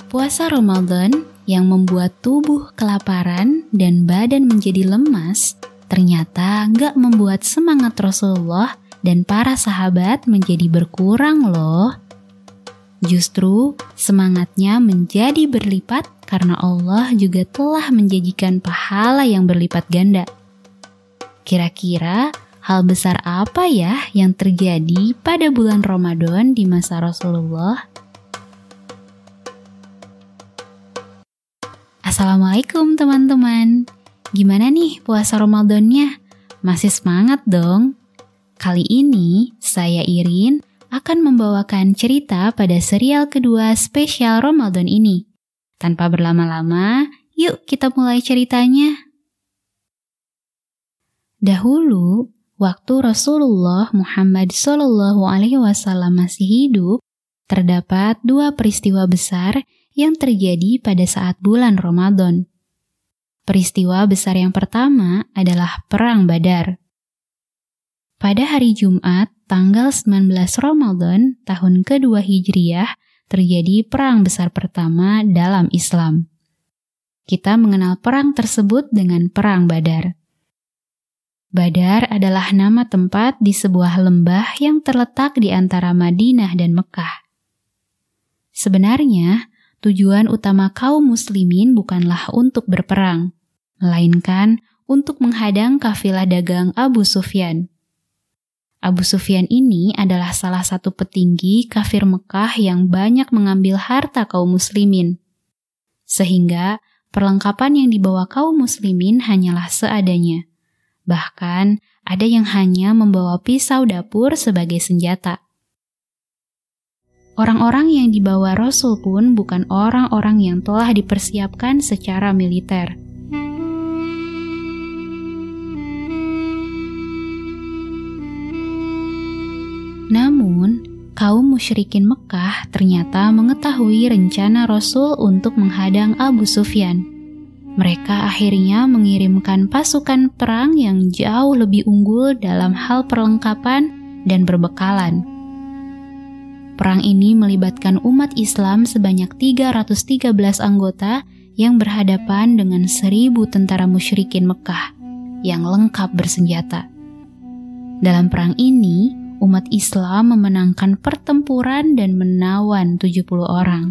Puasa Ramadan yang membuat tubuh kelaparan dan badan menjadi lemas, ternyata gak membuat semangat Rasulullah dan para sahabat menjadi berkurang loh. Justru semangatnya menjadi berlipat karena Allah juga telah menjanjikan pahala yang berlipat ganda. Kira-kira hal besar apa ya yang terjadi pada bulan Ramadan di masa Rasulullah? Assalamualaikum teman-teman. Gimana nih puasa Ramadannya? Masih semangat dong? Kali ini saya Irin akan membawakan cerita pada serial kedua spesial Ramadan ini. Tanpa berlama-lama, yuk kita mulai ceritanya. Dahulu, waktu Rasulullah Muhammad SAW masih hidup, terdapat dua peristiwa besar yang terjadi pada saat bulan Ramadan. Peristiwa besar yang pertama adalah Perang Badar. Pada hari Jumat, tanggal 19 Ramadan tahun kedua Hijriyah, terjadi perang besar pertama dalam Islam. Kita mengenal perang tersebut dengan Perang Badar. Badar adalah nama tempat di sebuah lembah yang terletak di antara Madinah dan Mekah. Sebenarnya, tujuan utama kaum muslimin bukanlah untuk berperang, melainkan untuk menghadang kafilah dagang Abu Sufyan. Abu Sufyan ini adalah salah satu petinggi kafir Mekah yang banyak mengambil harta kaum muslimin. Sehingga perlengkapan yang dibawa kaum muslimin hanyalah seadanya. Bahkan ada yang hanya membawa pisau dapur sebagai senjata. Orang-orang yang dibawa Rasul pun bukan orang-orang yang telah dipersiapkan secara militer. Namun, kaum musyrikin Mekah ternyata mengetahui rencana Rasul untuk menghadang Abu Sufyan. Mereka akhirnya mengirimkan pasukan perang yang jauh lebih unggul dalam hal perlengkapan dan berbekalan. Perang ini melibatkan umat Islam sebanyak 313 anggota yang berhadapan dengan 1.000 tentara musyrikin Mekah yang lengkap bersenjata. Dalam perang ini, umat Islam memenangkan pertempuran dan menawan 70 orang.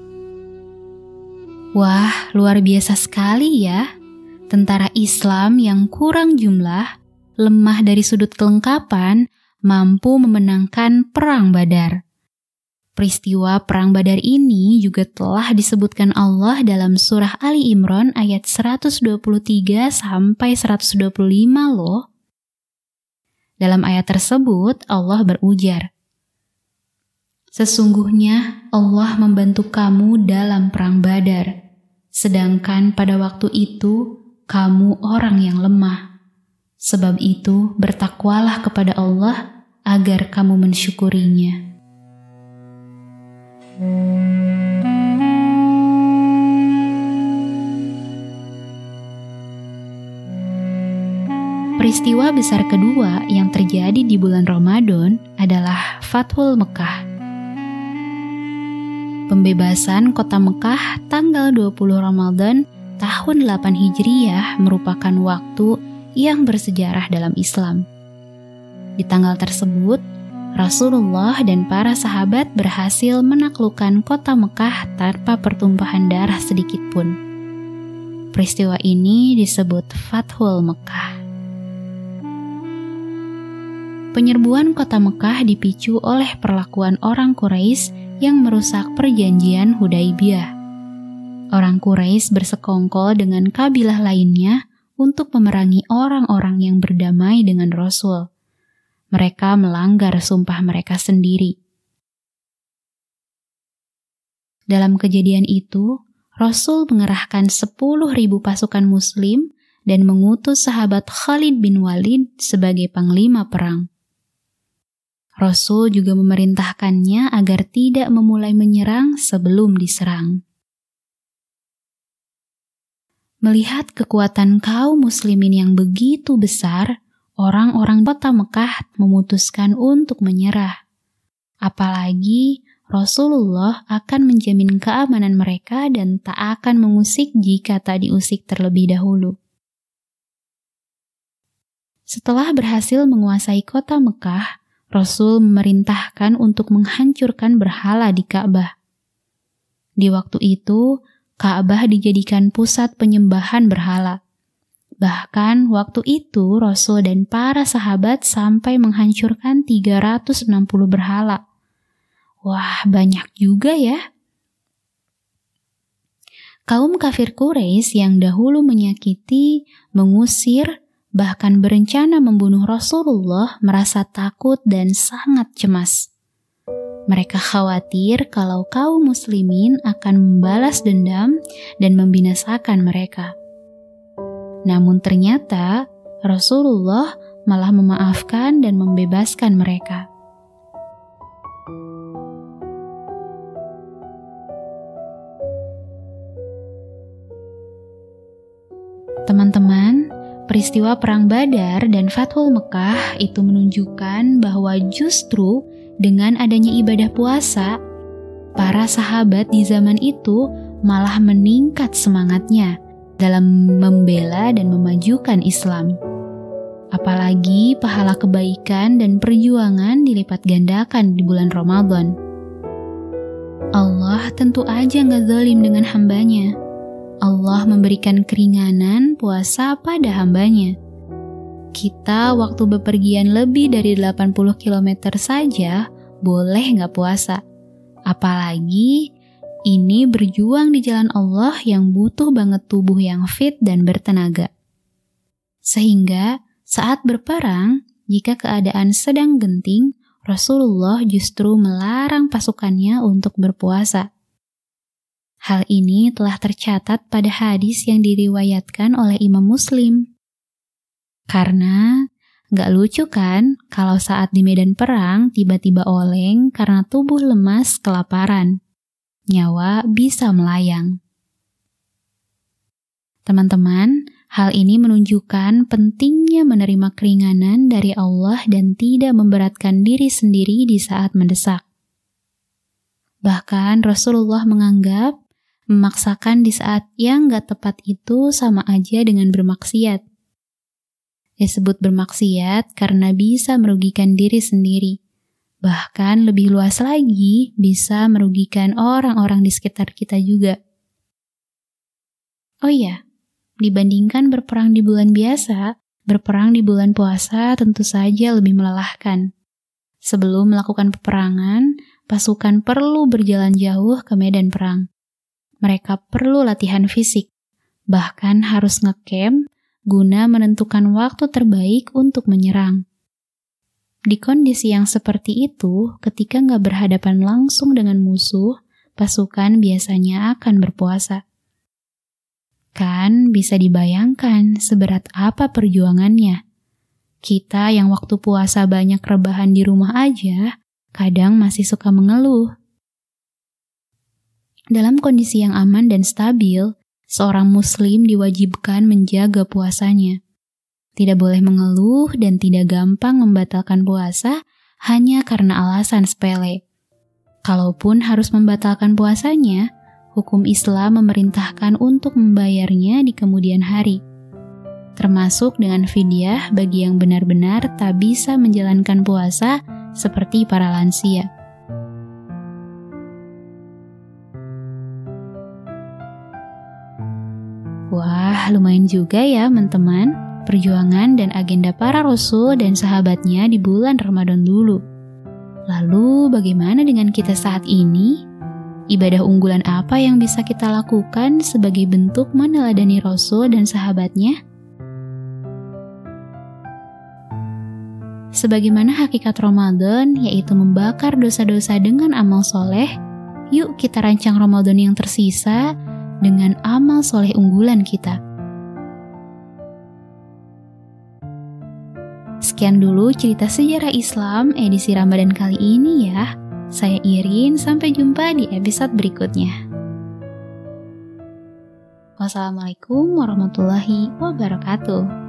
Wah, luar biasa sekali ya. Tentara Islam yang kurang jumlah, lemah dari sudut kelengkapan, mampu memenangkan Perang Badar. Peristiwa Perang Badar ini juga telah disebutkan Allah dalam surah Ali Imran ayat 123 sampai 125 loh. Dalam ayat tersebut, Allah berujar, "Sesungguhnya Allah membantu kamu dalam Perang Badar, sedangkan pada waktu itu kamu orang yang lemah. Sebab itu bertakwalah kepada Allah agar kamu mensyukurinya." Peristiwa besar kedua yang terjadi di bulan Ramadan adalah Fathul Mekah. Pembebasan kota Mekah tanggal 20 Ramadan tahun 8 Hijriyah merupakan waktu yang bersejarah dalam Islam. Di tanggal tersebut, Rasulullah dan para sahabat berhasil menaklukkan kota Mekah tanpa pertumpahan darah sedikit pun. Peristiwa ini disebut Fathul Mekah. Penyerbuan kota Mekah dipicu oleh perlakuan orang Quraisy yang merusak perjanjian Hudaibiyah. Orang Quraisy bersekongkol dengan kabilah lainnya untuk memerangi orang-orang yang berdamai dengan Rasul. Mereka melanggar sumpah mereka sendiri. Dalam kejadian itu, Rasul mengerahkan 10.000 pasukan Muslim dan mengutus sahabat Khalid bin Walid sebagai panglima perang. Rasul juga memerintahkannya agar tidak memulai menyerang sebelum diserang. Melihat kekuatan kaum muslimin yang begitu besar, orang-orang kota Mekah memutuskan untuk menyerah. Apalagi Rasulullah akan menjamin keamanan mereka dan tak akan mengusik jika tak diusik terlebih dahulu. Setelah berhasil menguasai kota Mekah, Rasul memerintahkan untuk menghancurkan berhala di Ka'bah. Di waktu itu, Ka'bah dijadikan pusat penyembahan berhala. Bahkan waktu itu Rasul dan para sahabat sampai menghancurkan 360 berhala. Wah, banyak juga ya. Kaum kafir Quraisy yang dahulu menyakiti, mengusir, bahkan berencana membunuh Rasulullah merasa takut dan sangat cemas. Mereka khawatir kalau kaum muslimin akan membalas dendam dan membinasakan mereka. Namun ternyata Rasulullah malah memaafkan dan membebaskan mereka. Teman-teman, peristiwa Perang Badar dan Fathul Mekah itu menunjukkan bahwa justru dengan adanya ibadah puasa, para sahabat di zaman itu malah meningkat semangatnya dalam membela dan memajukan Islam. Apalagi pahala kebaikan dan perjuangan dilipat gandakan di bulan Ramadan. Allah tentu aja gak zalim dengan hambanya. Allah memberikan keringanan puasa pada hambanya. Kita waktu bepergian lebih dari 80 km saja boleh gak puasa. Apalagi ini berjuang di jalan Allah yang butuh banget tubuh yang fit dan bertenaga. Sehingga saat berperang, jika keadaan sedang genting, Rasulullah justru melarang pasukannya untuk berpuasa. Hal ini telah tercatat pada hadis yang diriwayatkan oleh Imam Muslim. Karena gak lucu kan kalau saat di medan perang tiba-tiba oleng karena tubuh lemas kelaparan. Nyawa bisa melayang. Teman-teman, hal ini menunjukkan pentingnya menerima keringanan dari Allah dan tidak memberatkan diri sendiri di saat mendesak. Bahkan Rasulullah menganggap memaksakan di saat yang gak tepat itu sama aja dengan bermaksiat. Disebut bermaksiat karena bisa merugikan diri sendiri. Bahkan lebih luas lagi, bisa merugikan orang-orang di sekitar kita juga. Oh iya, dibandingkan berperang di bulan biasa, berperang di bulan puasa tentu saja lebih melelahkan. Sebelum melakukan peperangan, pasukan perlu berjalan jauh ke medan perang. Mereka perlu latihan fisik, bahkan harus ngecamp guna menentukan waktu terbaik untuk menyerang. Di kondisi yang seperti itu, ketika nggak berhadapan langsung dengan musuh, pasukan biasanya akan berpuasa. Kan bisa dibayangkan seberat apa perjuangannya. Kita yang waktu puasa banyak rebahan di rumah aja, kadang masih suka mengeluh. Dalam kondisi yang aman dan stabil, seorang muslim diwajibkan menjaga puasanya. Tidak boleh mengeluh dan tidak gampang membatalkan puasa hanya karena alasan sepele. Kalaupun harus membatalkan puasanya, hukum Islam memerintahkan untuk membayarnya di kemudian hari. Termasuk dengan fidyah bagi yang benar-benar tak bisa menjalankan puasa seperti para lansia. Wah, lumayan juga ya teman-teman, perjuangan dan agenda para rasul dan sahabatnya di bulan Ramadan dulu. Lalu bagaimana dengan kita saat ini? Ibadah unggulan apa yang bisa kita lakukan sebagai bentuk meneladani rasul dan sahabatnya? Sebagaimana hakikat Ramadan, yaitu membakar dosa-dosa dengan amal soleh, yuk kita rancang Ramadan yang tersisa dengan amal soleh unggulan kita. Sekian dulu cerita sejarah Islam edisi Ramadan kali ini ya. Saya Irin, sampai jumpa di episode berikutnya. Wassalamualaikum warahmatullahi wabarakatuh.